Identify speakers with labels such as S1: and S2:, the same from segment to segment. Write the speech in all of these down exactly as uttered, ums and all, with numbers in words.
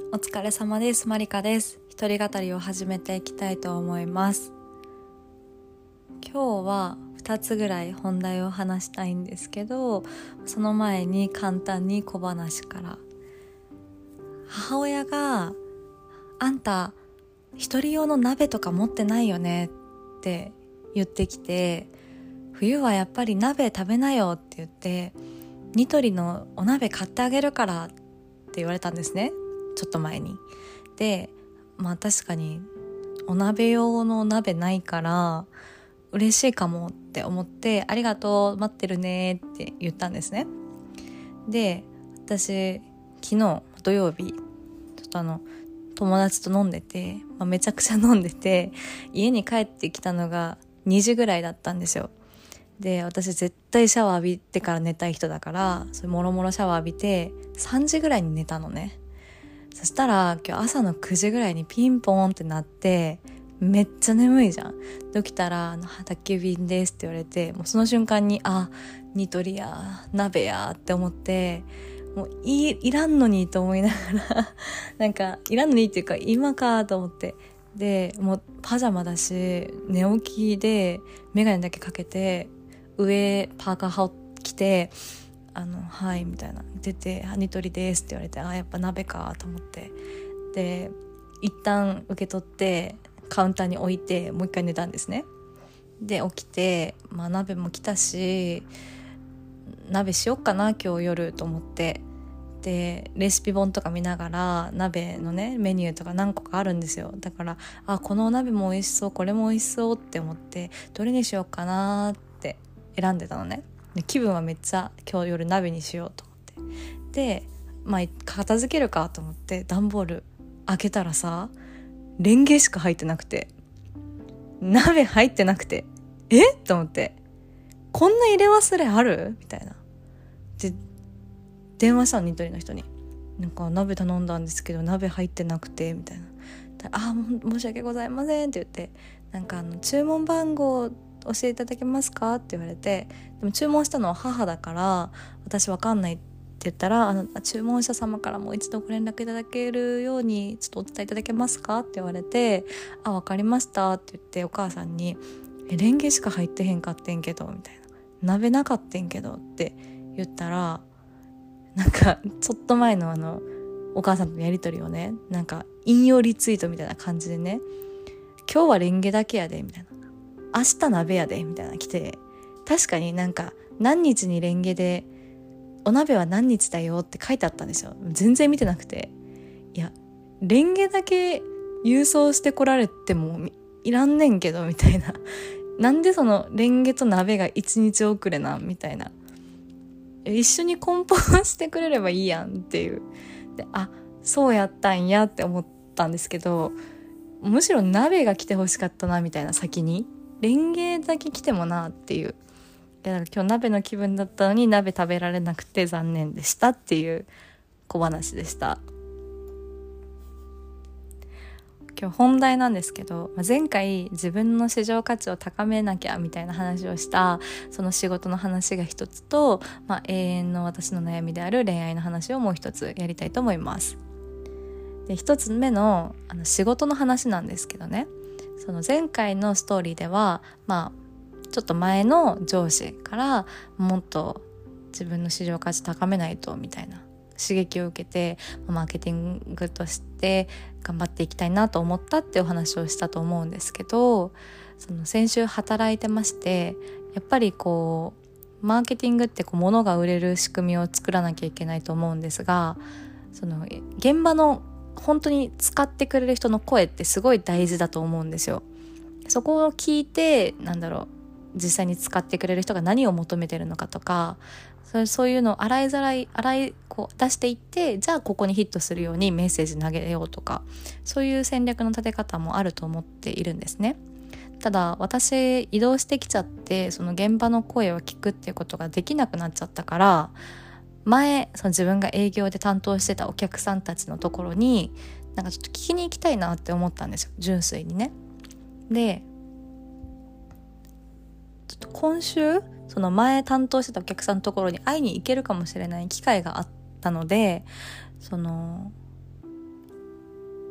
S1: お疲れ様です。マリカです。一人語りを始めていきたいと思います。今日はふたつぐらい本題を話したいんですけど、その前に簡単に小話から。母親があんた一人用の鍋とか持ってないよねって言ってきて、冬はやっぱり鍋食べなよって言ってニトリのお鍋買ってあげるからって言われたんですね、ちょっと前に。で、まあ確かにお鍋用の鍋ないから嬉しいかもって思って、ありがとう待ってるねって言ったんですね。で、私昨日土曜日ちょっとあの友達と飲んでて、まあ、めちゃくちゃ飲んでて家に帰ってきたのがにじぐらいだったんですよ。で、私絶対シャワー浴びてから寝たい人だから、それもろもろシャワー浴びてさんじぐらいに寝たのね。そしたら今日朝のくじぐらいにピンポーンってなって、めっちゃ眠いじゃん。で起きたらあの宅急便ですって言われて、もうその瞬間にあニトリや鍋やって思って、もう い, いらんのにと思いながらなんかいらんのにっていうか今かと思って、でもうパジャマだし寝起きでメガネだけかけて上パーカー羽織着て、あのはいみたいな出てニトリですって言われて、あやっぱ鍋かと思って、で一旦受け取ってカウンターに置いてもう一回寝たんですね。で起きて、まあ、鍋も来たし鍋しよっかな今日夜と思って、でレシピ本とか見ながら鍋のねメニューとか何個かあるんですよ。だからあこのお鍋も美味しそうこれも美味しそうって思って、どれにしようかなって選んでたのね。で気分はめっちゃ今日夜鍋にしようと思って、でまあ片付けるかと思って段ボール開けたらさ、レンゲしか入ってなくて、鍋入ってなくて、えと思って、こんな入れ忘れあるみたいな。で電話したのニトリの人に、なんか鍋頼んだんですけど鍋入ってなくてみたいな。あ申し訳ございませんって言って、なんかあの注文番号教えていただけますかって言われて、でも注文したのは母だから私わかんないって言ったら、あの注文者様からもう一度ご連絡いただけるようにちょっとお伝えいただけますかって言われて、あわかりましたって言ってお母さんに、えレンゲしか入ってへんかってんけどみたいな、鍋なかってんけどって言ったら、なんかちょっと前のあのお母さんとのやりとりをね、なんか引用リツイートみたいな感じでね、今日はレンゲだけやでみたいな、明日鍋やでみたいな来て、確かになんか何日にレンゲでお鍋は何日だよって書いてあったんですよ。全然見てなくて、いやレンゲだけ郵送してこられてもいらんねんけどみたいな、なんでそのレンゲと鍋が一日遅れなんみたいな、一緒に梱包してくれればいいやんっていう。で、あそうやったんやって思ったんですけど、むしろ鍋が来てほしかったなみたいな、先にレンゲだけ来てもなっていう。だから今日鍋の気分だったのに鍋食べられなくて残念でしたっていう小話でした。今日本題なんですけど、前回自分の市場価値を高めなきゃみたいな話をしたその仕事の話が一つと、まあ、永遠の私の悩みである恋愛の話をもう一つやりたいと思います。で一つ目の、あの仕事の話なんですけどね、その前回のストーリーでは、まあ、ちょっと前の上司からもっと自分の市場価値高めないとみたいな刺激を受けて、マーケティングとして頑張っていきたいなと思ったってお話をしたと思うんですけど、その先週働いてまして、やっぱりこうマーケティングってこう物が売れる仕組みを作らなきゃいけないと思うんですが、その現場の本当に使ってくれる人の声ってすごい大事だと思うんですよ。そこを聞いて、なんだろう、実際に使ってくれる人が何を求めてるのかとか、そ, そういうのを洗いざらい洗いこう出していって、じゃあここにヒットするようにメッセージ投げようとか、そういう戦略の立て方もあると思っているんですね。ただ私移動してきちゃって、その現場の声を聞くっていうことができなくなっちゃったから、前その自分が営業で担当してたお客さんたちのところになんかちょっと聞きに行きたいなって思ったんですよ、純粋にね。でちょっと今週その前担当してたお客さんのところに会いに行けるかもしれない機会があったので、その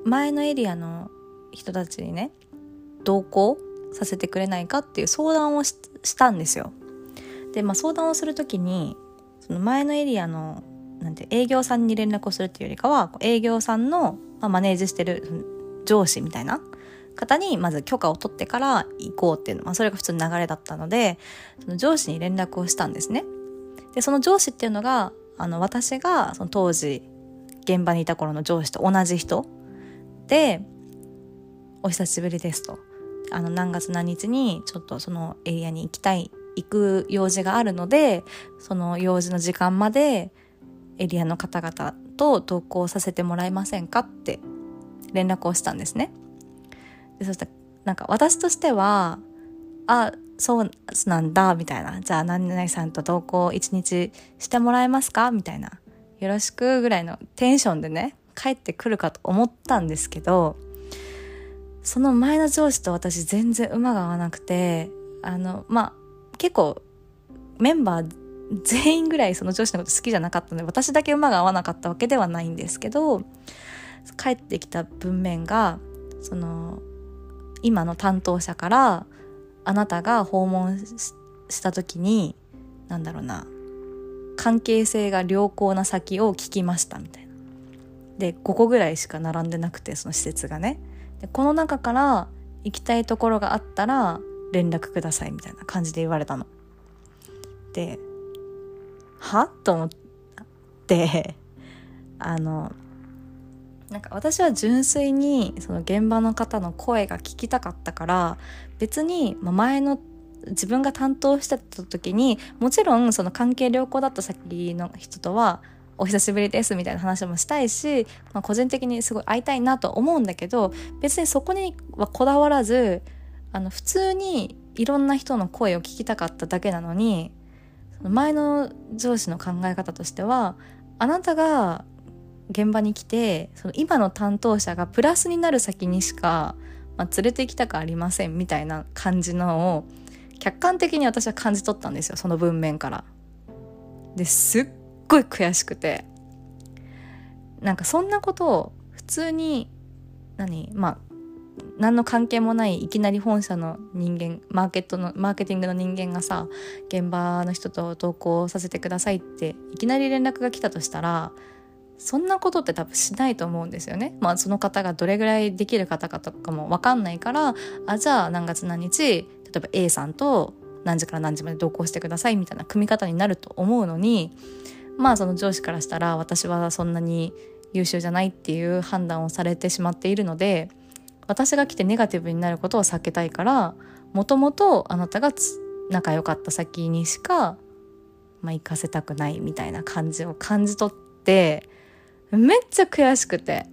S1: 前のエリアの人たちにね同行させてくれないかっていう相談を し, したんですよ。で、まあ、相談をするときにその前のエリアのなんて営業さんに連絡をするっていうよりかは営業さんの、まあ、マネージしてる上司みたいな方にまず許可を取ってから行こうっていうの、まあ、それが普通の流れだったのでその上司に連絡をしたんですね。でその上司っていうのがあの私がその当時現場にいた頃の上司と同じ人で、お久しぶりですと、あの何月何日にちょっとそのエリアに行きたい行く用事があるのでその用事の時間までエリアの方々と同行させてもらえませんかって連絡をしたんですね。でそしたらなんか私としてはあそうなんだみたいな、じゃあ何々さんと同行一日してもらえますかみたいな、よろしくぐらいのテンションでね帰ってくるかと思ったんですけど、その前の上司と私全然馬が合わなくて、あのまあ結構メンバー全員ぐらいその上司のこと好きじゃなかったので私だけ馬が合わなかったわけではないんですけど、帰ってきた文面がその今の担当者からあなたが訪問 し, した時になんだろうな関係性が良好な先を聞きましたみたいな。でごこぐらいしか並んでなくてその施設がね、でこの中から行きたいところがあったら連絡くださいみたいな感じで言われたので、はと思ってあのなんか私は純粋にその現場の方の声が聞きたかったから、別に前の自分が担当してた時にもちろんその関係良好だった先の人とはお久しぶりですみたいな話もしたいし、まあ、個人的にすごい会いたいなと思うんだけど、別にそこにはこだわらずあの普通にいろんな人の声を聞きたかっただけなのに、その前の上司の考え方としてはあなたが現場に来てその今の担当者がプラスになる先にしか、まあ、連れて行きたくありませんみたいな感じのを客観的に私は感じ取ったんですよ、その文面から。ですっごい悔しくて、なんかそんなことを普通に何まあ何の関係もないいきなり本社の人間マーケットのマーケティングの人間がさ現場の人と同行させてくださいっていきなり連絡が来たとしたらそんなことって多分しないと思うんですよね。まあその方がどれぐらいできる方かとかも分かんないから、あじゃあ何月何日例えば A さんと何時から何時まで同行してくださいみたいな組み方になると思うのに、まあその上司からしたら私はそんなに優秀じゃないっていう判断をされてしまっているので、私が来てネガティブになることを避けたいから、もともとあなたが仲良かった先にしか、まあ、行かせたくないみたいな感じを感じ取ってめっちゃ悔しくて、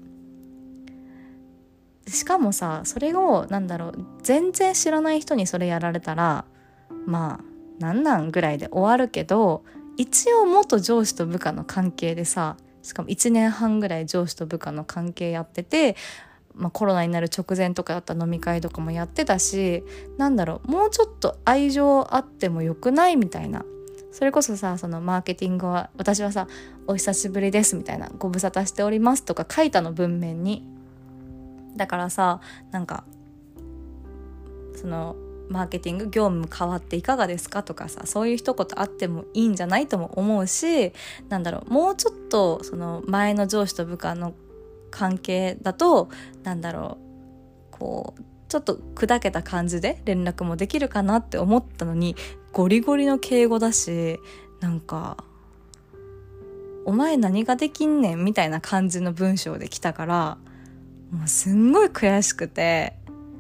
S1: しかもさそれをなんだろう全然知らない人にそれやられたらまあなんなんぐらいで終わるけど、一応元上司と部下の関係でさ、しかもいちねんはんぐらい上司と部下の関係やってて、まあ、コロナになる直前とかだったら飲み会とかもやってたし、なんだろうもうちょっと愛情あってもよくないみたいな。それこそさそのマーケティングは私はさお久しぶりですみたいなご無沙汰しておりますとか書いたの文面に。だからさなんかそのマーケティング業務変わっていかがですかとかさ、そういう一言あってもいいんじゃないとも思うし、なんだろうもうちょっとその前の上司と部下の関係だとなんだろうこうちょっと砕けた感じで連絡もできるかなって思ったのに、ゴリゴリの敬語だし、なんかお前何ができんねんみたいな感じの文章で来たから、もうすんごい悔しくて、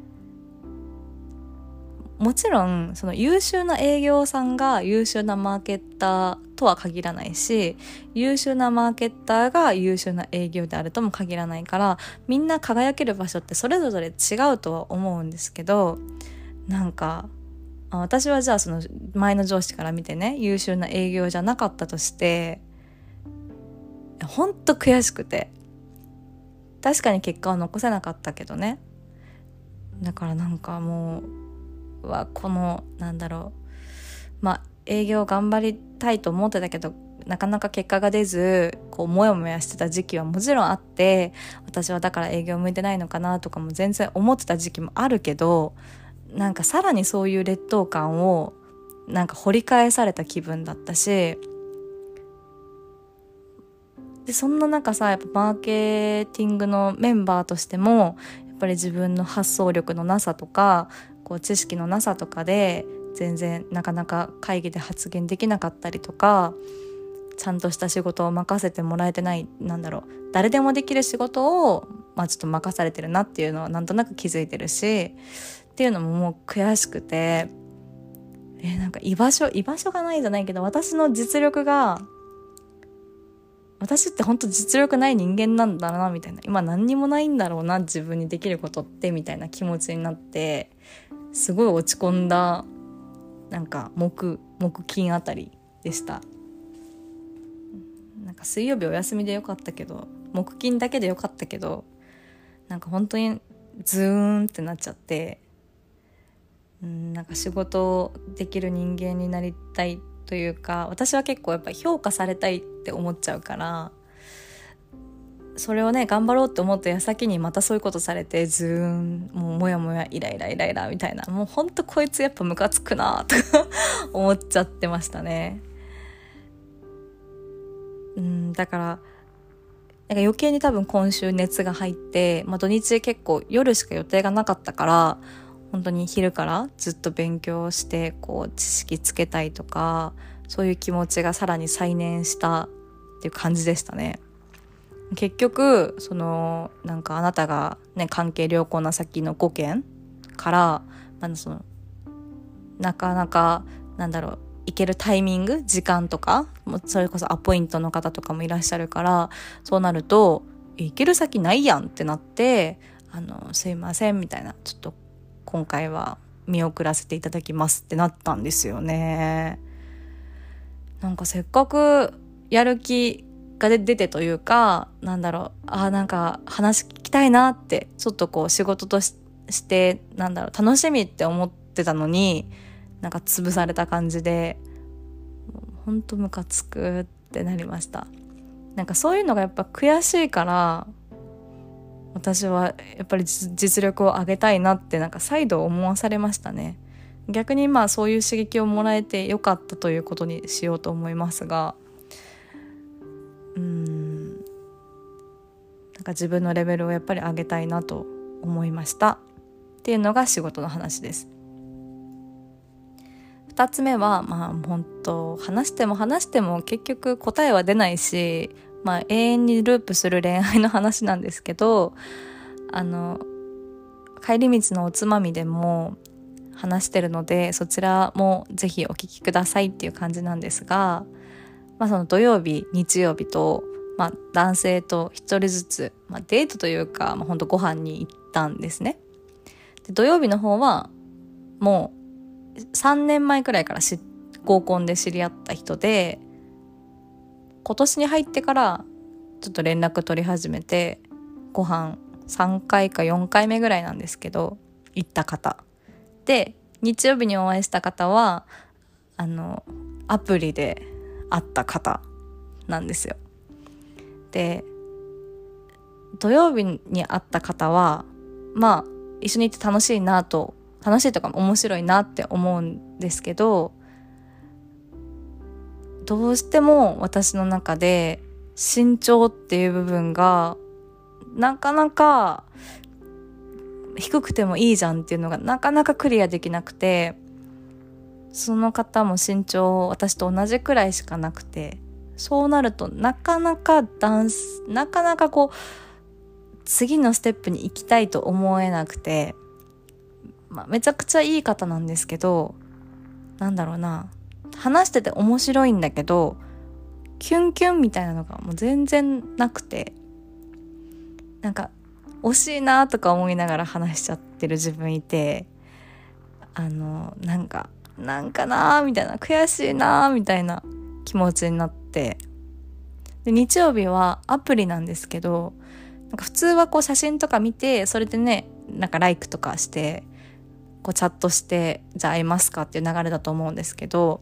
S1: もちろんその優秀な営業さんが優秀なマーケッターとは限らないし、優秀なマーケッターが優秀な営業であるとも限らないから、みんな輝ける場所ってそれぞれ違うとは思うんですけど、なんか私はじゃあその前の上司から見てね優秀な営業じゃなかったとしてほんと悔しくて、確かに結果は残せなかったけどね。だからなんかもうはこのなんだろうまあ営業頑張りたいと思ってたけどなかなか結果が出ずこうモヤモヤしてた時期はもちろんあって、私はだから営業向いてないのかなとかも全然思ってた時期もあるけど、なんかさらにそういう劣等感をなんか掘り返された気分だったし、でそんな中さ、やっぱマーケティングのメンバーとしてもやっぱり自分の発想力のなさとかこう知識のなさとかで全然なかなか会議で発言できなかったりとか、ちゃんとした仕事を任せてもらえてない、なんだろう、誰でもできる仕事を、まあ、ちょっと任されてるなっていうのはなんとなく気づいてるしっていうのももう悔しくて、えなんか居場所居場所がないじゃないけど、私の実力が私って本当実力ない人間なんだなみたいな、今何にもないんだろうな自分にできることってみたいな気持ちになって、すごい落ち込んだなんか木木金あたりでした。なんか水曜日お休みでよかったけど、木金だけでよかったけど、なんか本当にズーンってなっちゃって、うんなんか仕事できる人間になりたいというか、私は結構やっぱり評価されたいって思っちゃうから、それをね頑張ろうって思った矢先にまたそういうことされて、ズーンもうモヤモヤイライライライラみたいな、もうほんとこいつやっぱムカつくなとか思っちゃってましたね。うんだからなんか余計に多分今週熱が入って、まあ、土日結構夜しか予定がなかったから、本当に昼からずっと勉強してこう知識つけたいとか、そういう気持ちがさらに再燃したっていう感じでしたね。結局そのなんかあなたがね関係良好な先のご件から、まあ、そのなかなかなんだろう行けるタイミング時間とかもそれこそアポイントの方とかもいらっしゃるから、そうなると行ける先ないやんってなって、あのすいませんみたいな、ちょっと今回は見送らせていただきますってなったんですよね。なんかせっかくやる気が出てというか、なんだろう、あなんか話聞きたいなってちょっとこう仕事と し, してなんだろう楽しみって思ってたのに、なんか潰された感じでほんとムカつくってなりました。なんかそういうのがやっぱ悔しいから、私はやっぱり実力を上げたいなってなんか再度思わされましたね。逆にまあそういう刺激をもらえてよかったということにしようと思いますが、うーんなんか自分のレベルをやっぱり上げたいなと思いましたっていうのが仕事の話です。二つ目はまあ本当話しても話しても結局答えは出ないし、まあ永遠にループする恋愛の話なんですけど、あの帰り道のおつまみでも話してるので、そちらもぜひお聞きくださいっていう感じなんですが、まあその土曜日日曜日と、まあ、男性と一人ずつ、まあ、デートというか、まあ、本当ご飯に行ったんですね。で土曜日の方はもうさんねんまえくらいからし合コンで知り合った人で、今年に入ってからちょっと連絡取り始めて、ご飯さんかいかよんかいめぐらいなんですけど行った方で、日曜日にお会いした方はあのアプリで会った方なんですよ。で土曜日に会った方はまあ一緒に行って楽しいなと楽しいとか面白いなって思うんですけど、どうしても私の中で身長っていう部分がなかなか低くてもいいじゃんっていうのがなかなかクリアできなくて、その方も身長私と同じくらいしかなくて、そうなるとなかなかダンスなかなかこう次のステップに行きたいと思えなくて、まあ、めちゃくちゃいい方なんですけど、なんだろうな、話してて面白いんだけどキュンキュンみたいなのがもう全然なくて、なんか惜しいなとか思いながら話しちゃってる自分いて、あのなんかなんかなーみたいな、悔しいなーみたいな気持ちになって、で日曜日はアプリなんですけど、なんか普通はこう写真とか見てそれでねなんかライクとかしてこうチャットしてじゃあ会いますかっていう流れだと思うんですけど、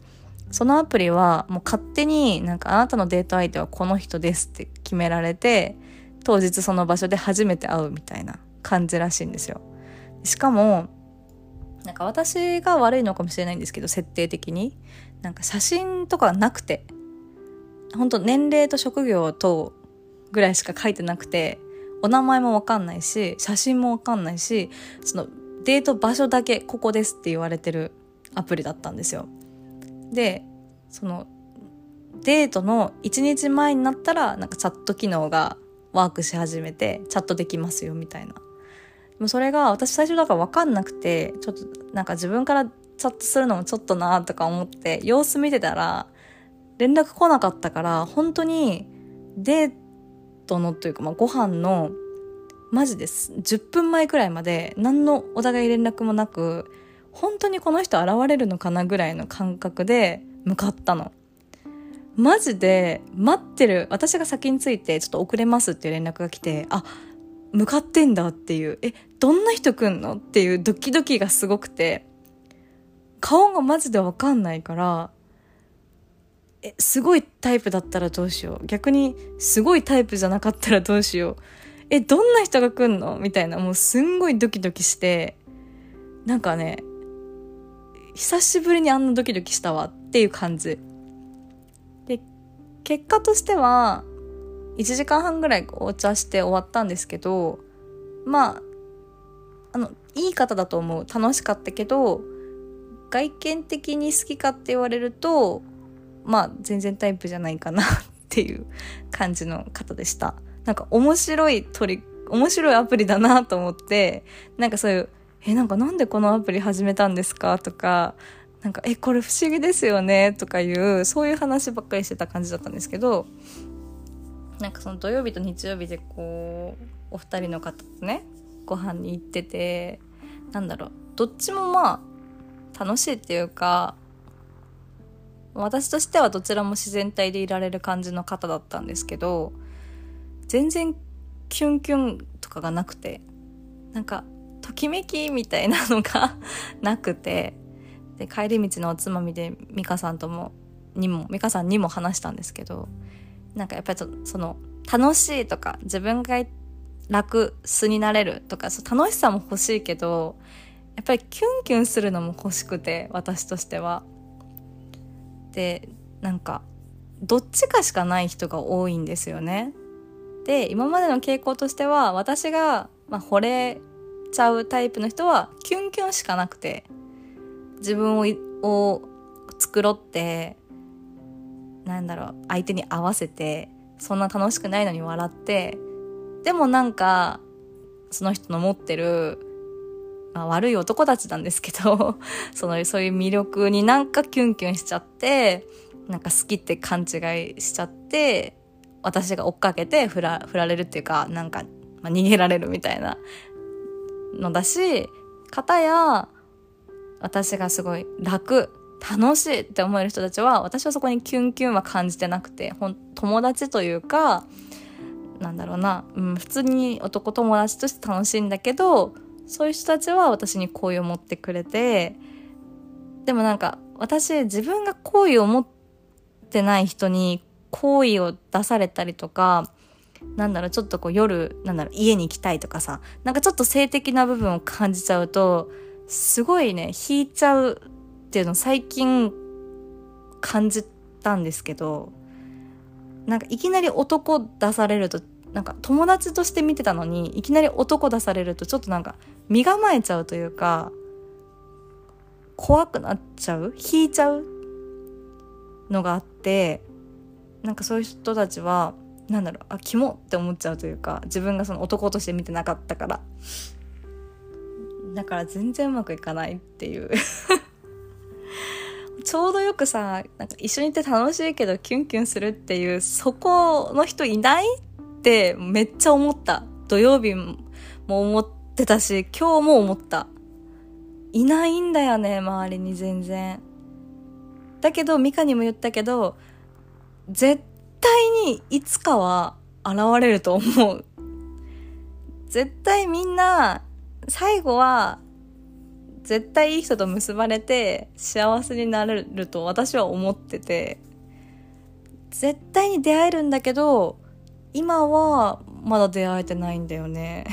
S1: そのアプリはもう勝手になんかあなたのデート相手はこの人ですって決められて、当日その場所で初めて会うみたいな感じらしいんですよ。しかもなんか私が悪いのかもしれないんですけど、設定的になんか写真とかなくて、本当年齢と職業とぐらいしか書いてなくて、お名前もわかんないし写真もわかんないし、そのデート場所だけここですって言われてるアプリだったんですよ。でそのデートのいちにちまえになったらなんかチャット機能がワークし始めて、チャットできますよみたいな。でもそれが私最初だから分かんなくて、ちょっとなんか自分からチャットするのもちょっとなとか思って様子見てたら連絡来なかったから、本当にデートのというか、まあ、ご飯のマジですじゅっぷんまえくらいまで何のお互い連絡もなく、本当にこの人現れるのかなぐらいの感覚で向かったの。マジで待ってる私が先に着いてちょっと遅れますっていう連絡が来て、あ、向かってんだっていう、え、どんな人来んのっていうドキドキがすごくて、顔がマジで分かんないから、え、すごいタイプだったらどうしよう、逆にすごいタイプじゃなかったらどうしよう、え、どんな人が来んのみたいな、もうすんごいドキドキして、なんかね、久しぶりにあんなドキドキしたわっていう感じで、結果としてはいちじかんはんぐらいお茶して終わったんですけど、まああのいい方だと思う、楽しかったけど、外見的に好きかって言われるとまあ全然タイプじゃないかなっていう感じの方でした。なんか面白い取り面白いアプリだなと思って、なんかそういうえなんかなんでこのアプリ始めたんですかとか、なんかえこれ不思議ですよねとかいう、そういう話ばっかりしてた感じだったんですけど、なんかその土曜日と日曜日でこうお二人の方とねご飯に行ってて、なんだろう、どっちもまあ楽しいっていうか、私としてはどちらも自然体でいられる感じの方だったんですけど、全然キュンキュンとかがなくて、なんかときめきみたいなのがなくて、で帰り道のおつまみで美香さんともにも美香さんにも話したんですけど、なんかやっぱりその楽しいとか自分が楽素になれるとか、そう楽しさも欲しいけど、やっぱりキュンキュンするのも欲しくて、私としては。でなんかどっちかしかない人が多いんですよね。で今までの傾向としては、私が、まあ、惚れちゃうタイプの人はキュンキュンしかなくて、自分をを繕ってなんだろう相手に合わせて、そんな楽しくないのに笑って、でもなんかその人の持ってる、まあ、悪い男たちなんですけどそのそういう魅力になんかキュンキュンしちゃって、なんか好きって勘違いしちゃって、私が追っかけて振ら、振られるっていうか、なんか、まあ、逃げられるみたいなのだし、片や私がすごい楽楽しいって思える人たちは、私はそこにキュンキュンは感じてなくて、ほん友達というか、なんだろうな、うん、普通に男友達として楽しいんだけど、そういう人たちは私に好意を持ってくれて、でもなんか私自分が好意を持ってない人に好意を出されたりとか、なんだろう、ちょっとこう夜なんだろう家に行きたいとかさ、なんかちょっと性的な部分を感じちゃうと、すごいね引いちゃうっていうのを最近感じたんですけど、なんかいきなり男出されると、なんか友達として見てたのにいきなり男出されると、ちょっとなんか身構えちゃうというか、怖くなっちゃう、引いちゃうのがあって、なんかそういう人たちはなんだろう、あ、キモって思っちゃうというか、自分がその男として見てなかったから、だから全然うまくいかないっていうちょうどよくさ、なんか一緒にいて楽しいけどキュンキュンするっていう、そこの人いないってめっちゃ思った。土曜日も思ってたし、今日も思った。いないんだよね、周りに全然。だけどミカにも言ったけど、絶対にいつかは現れると思う。絶対みんな最後は絶対いい人と結ばれて幸せになれると私は思ってて、絶対に出会えるんだけど今はまだ出会えてないんだよね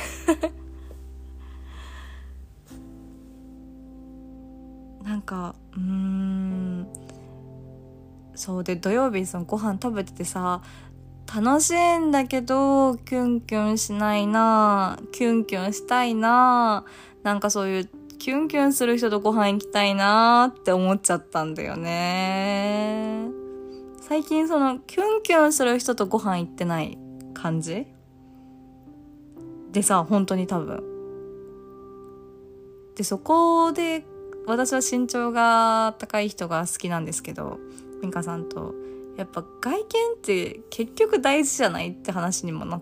S1: なんかうーんそうで、土曜日そのご飯食べててさ、楽しいんだけどキュンキュンしないな、キュンキュンしたいな、なんかそういうキュンキュンする人とご飯行きたいなって思っちゃったんだよね。最近そのキュンキュンする人とご飯行ってない感じでさ、本当に多分で、そこで私は身長が高い人が好きなんですけど、ミカさんとやっぱ外見って結局大事じゃないって話にもなって、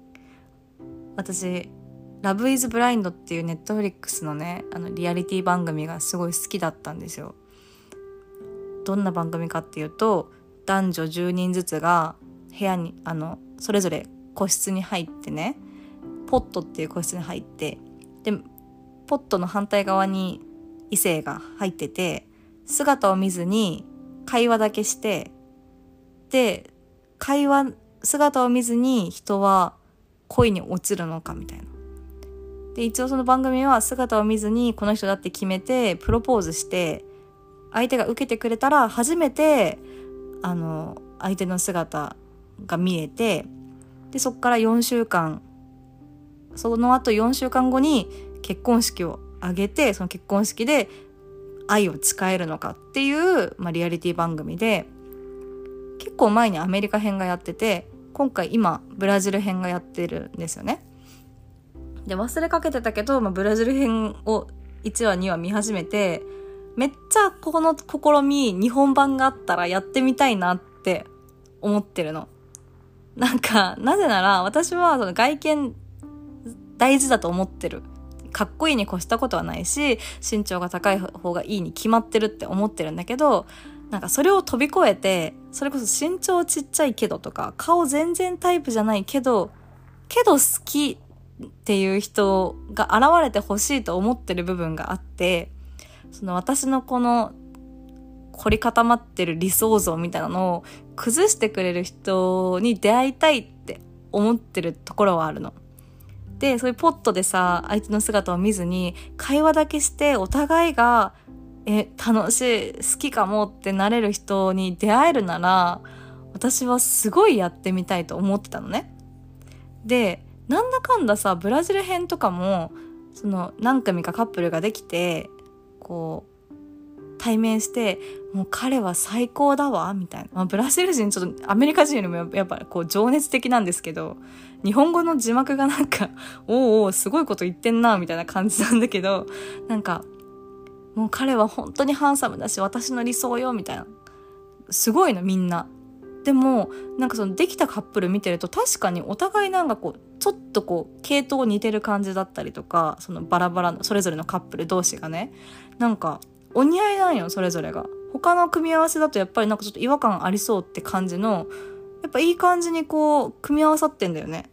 S1: 私ラブイズブラインドっていうネットフリックスのね、あのリアリティ番組がすごい好きだったんですよ。どんな番組かっていうと、男女じゅうにんずつが部屋にあのそれぞれ個室に入ってね、ポットっていう個室に入って、でポットの反対側に異性が入ってて、姿を見ずに会話だけして、で会話姿を見ずに人は恋に落ちるのかみたいな。で一応その番組は姿を見ずにこの人だって決めてプロポーズして、相手が受けてくれたら初めてあの相手の姿が見えて、でそっからよんしゅうかん、その後よんしゅうかんごに結婚式を挙げて、その結婚式で愛を誓えるのかっていう、まあ、リアリティ番組で、結構前にアメリカ編がやってて、今回今ブラジル編がやってるんですよね。で忘れかけてたけど、まあ、ブラジル編をいちわにわ見始めて、めっちゃこの試み日本版があったらやってみたいなって思ってるの。なんかなぜなら私はその外見大事だと思ってる。かっこいいに越したことはないし、身長が高い方がいいに決まってるって思ってるんだけど、なんかそれを飛び越えて、それこそ身長ちっちゃいけどとか、顔全然タイプじゃないけどけど好きっていう人が現れてほしいと思ってる部分があって、その私のこの凝り固まってる理想像みたいなのを崩してくれる人に出会いたいって思ってるところはあるの。でそういうポットでさ、相手の姿を見ずに会話だけしてお互いがえ楽しい、好きかもってなれる人に出会えるなら、私はすごいやってみたいと思ってたのね。でなんだかんださ、ブラジル編とかもその何組かカップルができて、こう対面して、もう彼は最高だわみたいな、まあ、ブラジル人ちょっとアメリカ人よりもやっぱこう情熱的なんですけど、日本語の字幕がなんかおうおうすごいこと言ってんなみたいな感じなんだけど、なんかもう彼は本当にハンサムだし私の理想よみたいな、すごいのみんな。でもなんかそのできたカップル見てると、確かにお互いなんかこうちょっとこう系統似てる感じだったりとか、そのバラバラのそれぞれのカップル同士がね、なんかお似合いなんよ、それぞれが。他の組み合わせだとやっぱりなんかちょっと違和感ありそうって感じの、やっぱいい感じにこう組み合わさってんだよね。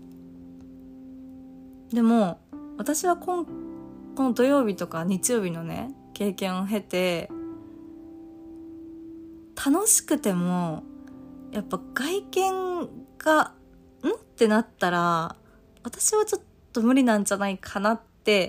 S1: でも私は今この土曜日とか日曜日のね経験を経て、楽しくてもやっぱ外見がんってなったら、私はちょっと無理なんじゃないかなって、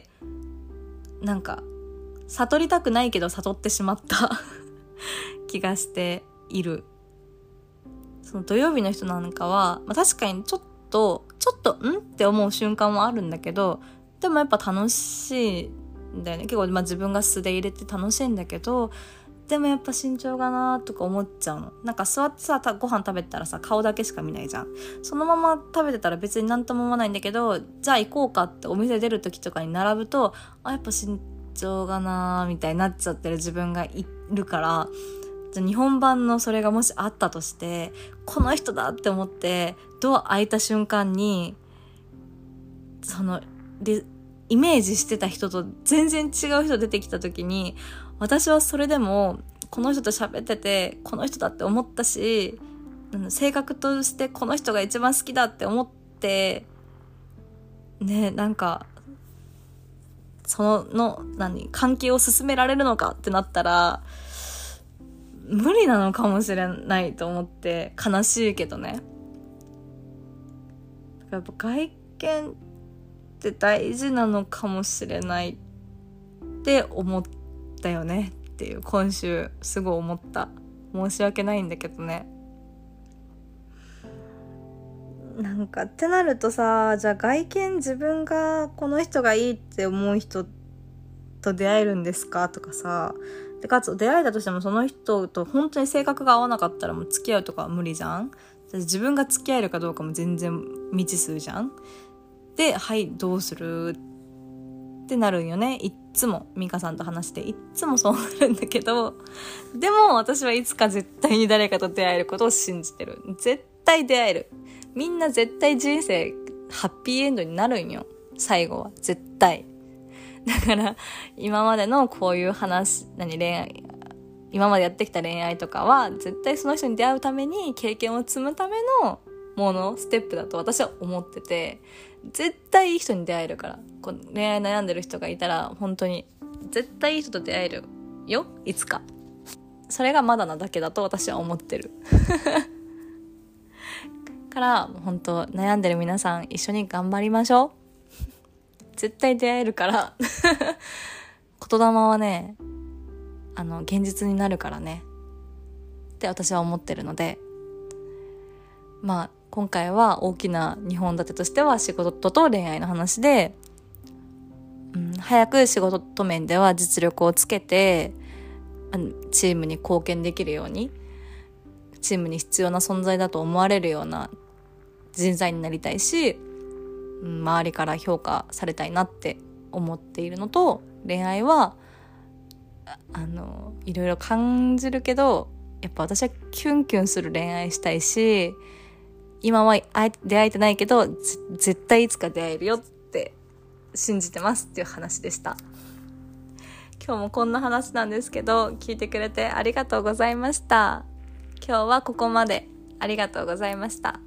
S1: なんか悟りたくないけど悟ってしまった気がしている。その土曜日の人なんかは、まあ、確かにちょっとちょっとんって思う瞬間もあるんだけど、でもやっぱ楽しいんだよね。結構まあ自分が素で入れて楽しいんだけど、でもやっぱ身長がなとか思っちゃうの。なんか座ってさ、ご飯食べたらさ、顔だけしか見ないじゃん。そのまま食べてたら別になんとも思わないんだけど、じゃあ行こうかってお店出る時とかに並ぶと、あ、やっぱ身長がなみたいになっちゃってる自分がいるから、じゃあ日本版のそれがもしあったとして、この人だって思ってドア開いた瞬間に、そのイメージしてた人と全然違う人出てきた時に、私はそれでもこの人と喋っててこの人だって思ったし、性格としてこの人が一番好きだって思ってね、なんかそのの何関係を進められるのかってなったら無理なのかもしれないと思って、悲しいけどね。やっぱ外見って大事なのかもしれないって思ったよねっていう、今週すごい思った。申し訳ないんだけどね。なんかってなるとさ、じゃあ外見自分がこの人がいいって思う人と出会えるんですかとかさ、でかつ出会えたとしてもその人と本当に性格が合わなかったらもう付き合うとかは無理じゃん。自分が付き合えるかどうかも全然未知数じゃん。で、はいどうするってなるんよね。いっつもミカさんと話していっつもそうなるんだけど、でも私はいつか絶対に誰かと出会えることを信じてる。絶対出会える。みんな絶対人生ハッピーエンドになるんよ、最後は絶対。だから今までのこういう話、何恋愛、今までやってきた恋愛とかは絶対その人に出会うために経験を積むためのもの、ステップだと私は思ってて、絶対いい人に出会えるから、こう恋愛悩んでる人がいたら本当に絶対いい人と出会えるよ、いつか。それがまだなだけだと私は思ってるから本当悩んでる皆さん一緒に頑張りましょう絶対出会えるから言霊はね、あの現実になるからねって私は思ってるので、まあ今回は大きなにほん立てとしては仕事と恋愛の話で、うん、早く仕事面では実力をつけてチームに貢献できるように、チームに必要な存在だと思われるような人材になりたいし、うん、周りから評価されたいなって思っているのと、恋愛はあのいろいろ感じるけど、やっぱ私はキュンキュンする恋愛したいし、今は出会えてないけど絶対いつか出会えるよって信じてますっていう話でした。今日もこんな話なんですけど、聞いてくれてありがとうございました。今日はここまで。ありがとうございました。